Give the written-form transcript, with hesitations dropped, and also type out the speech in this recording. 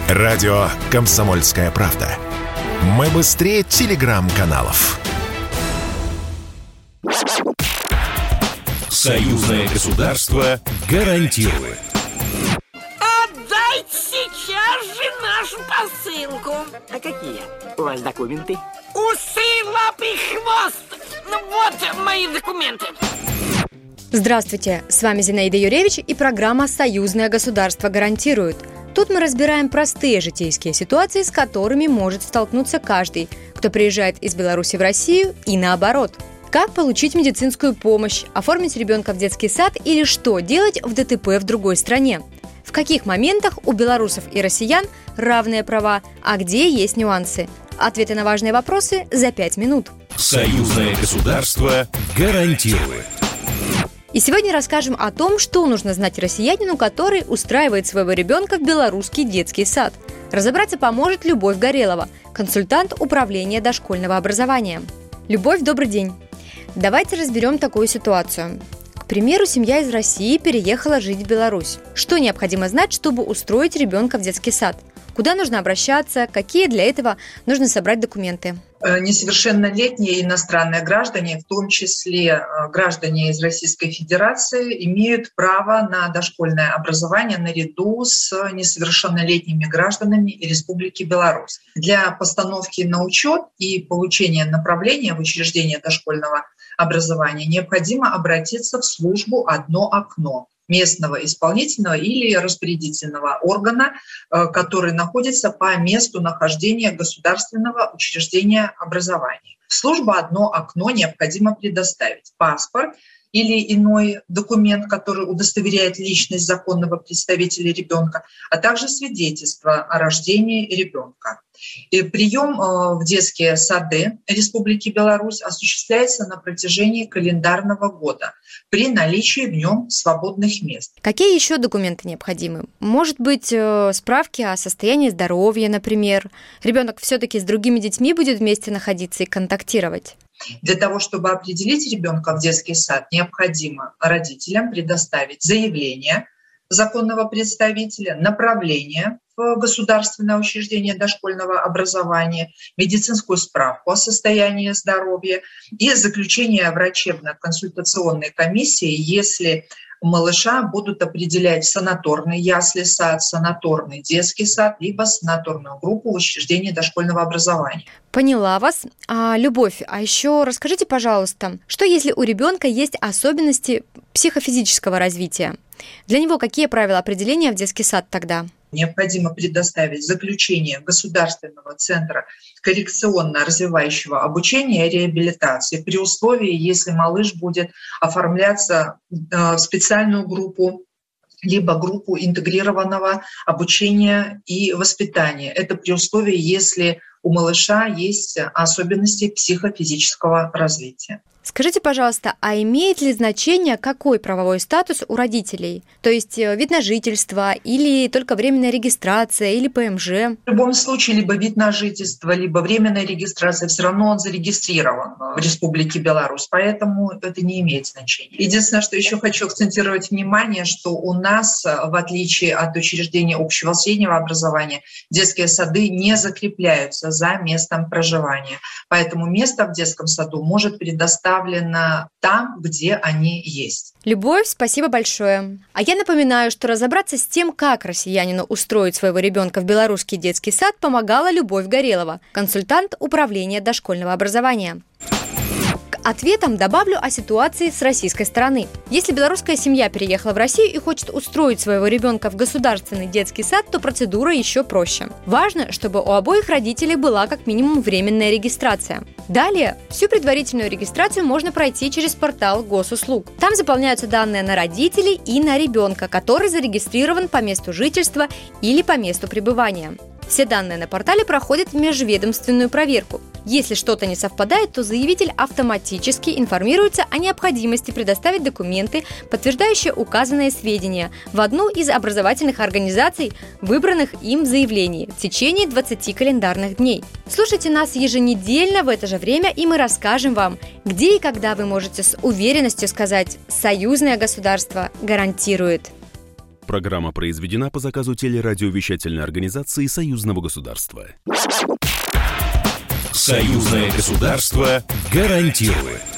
Радио «Комсомольская правда». Мы быстрее телеграм-каналов. Союзное государство гарантирует. Отдайте сейчас же нашу посылку. А какие у вас документы? Усы, лапы, хвост. Ну вот мои документы. Здравствуйте, с вами Зинаида Юревич и программа «Союзное государство гарантирует». Тут мы разбираем простые житейские ситуации, с которыми может столкнуться каждый, кто приезжает из Беларуси в Россию и наоборот. Как получить медицинскую помощь, оформить ребенка в детский сад или что делать в ДТП в другой стране? В каких моментах у белорусов и россиян равные права, а где есть нюансы? Ответы на важные вопросы за 5 минут. Союзное государство гарантирует. И сегодня расскажем о том, что нужно знать россиянину, который устраивает своего ребенка в белорусский детский сад. Разобраться поможет Любовь Горелова, консультант управления дошкольного образования. Любовь, добрый день. Давайте разберем такую ситуацию. К примеру, семья из России переехала жить в Беларусь. Что необходимо знать, чтобы устроить ребенка в детский сад? Куда нужно обращаться? Какие для этого нужно собрать документы? Несовершеннолетние иностранные граждане, в том числе граждане из Российской Федерации, имеют право на дошкольное образование наряду с несовершеннолетними гражданами Республики Беларусь. Для постановки на учет и получения направления в учреждение дошкольного образования необходимо обратиться в службу «Одно окно» местного исполнительного или распорядительного органа, который находится по месту нахождения государственного учреждения образования. В службу «Одно окно» необходимо предоставить паспорт или иной документ, который удостоверяет личность законного представителя ребенка, а также свидетельство о рождении ребенка. Прием в детские сады Республики Беларусь осуществляется на протяжении календарного года при наличии в нем свободных мест. Какие еще документы необходимы? Может быть, справки о состоянии здоровья, например. Ребенок все-таки с другими детьми будет вместе находиться и контактировать? Для того, чтобы определить ребенка в детский сад, необходимо родителям предоставить заявление законного представителя, направление в государственное учреждение дошкольного образования, медицинскую справку о состоянии здоровья и заключение врачебно-консультационной комиссии, если малыша будут определять в санаторный ясли-сад, санаторный детский сад, либо санаторную группу в учреждении дошкольного образования. Поняла вас. Любовь, а еще расскажите, пожалуйста, что если у ребенка есть особенности психофизического развития? Для него какие правила определения в детский сад тогда? Необходимо предоставить заключение Государственного центра коррекционно-развивающего обучения и реабилитации при условии, если малыш будет оформляться в специальную группу, либо группу интегрированного обучения и воспитания. Это при условии, если у малыша есть особенности психофизического развития. Скажите, пожалуйста, а имеет ли значение, какой правовой статус у родителей? То есть вид на жительство или только временная регистрация или ПМЖ? В любом случае, либо вид на жительство, либо временная регистрация, все равно он зарегистрирован в Республике Беларусь, поэтому это не имеет значения. Единственное, что еще хочу акцентировать внимание, что у нас, в отличие от учреждений общего среднего образования, детские сады не закрепляются за местом проживания. Поэтому место в детском саду может предоставить там, где они есть. Любовь, спасибо большое. А я напоминаю, что разобраться с тем, как россиянину устроить своего ребенка в белорусский детский сад, помогала Любовь Горелова, консультант управления дошкольного образования. К ответам добавлю о ситуации с российской стороны. Если белорусская семья переехала в Россию и хочет устроить своего ребенка в государственный детский сад, то процедура еще проще. Важно, чтобы у обоих родителей была как минимум временная регистрация. Далее, всю предварительную регистрацию можно пройти через портал госуслуг. Там заполняются данные на родителей и на ребенка, который зарегистрирован по месту жительства или по месту пребывания. Все данные на портале проходят межведомственную проверку. Если что-то не совпадает, то заявитель автоматически информируется о необходимости предоставить документы, подтверждающие указанные сведения, в одну из образовательных организаций, выбранных им в заявлении, в течение 20 календарных дней. Слушайте нас еженедельно в это же время, и мы расскажем вам, где и когда вы можете с уверенностью сказать: «Союзное государство гарантирует». Программа произведена по заказу телерадиовещательной организации Союзного государства. Союзное государство гарантирует.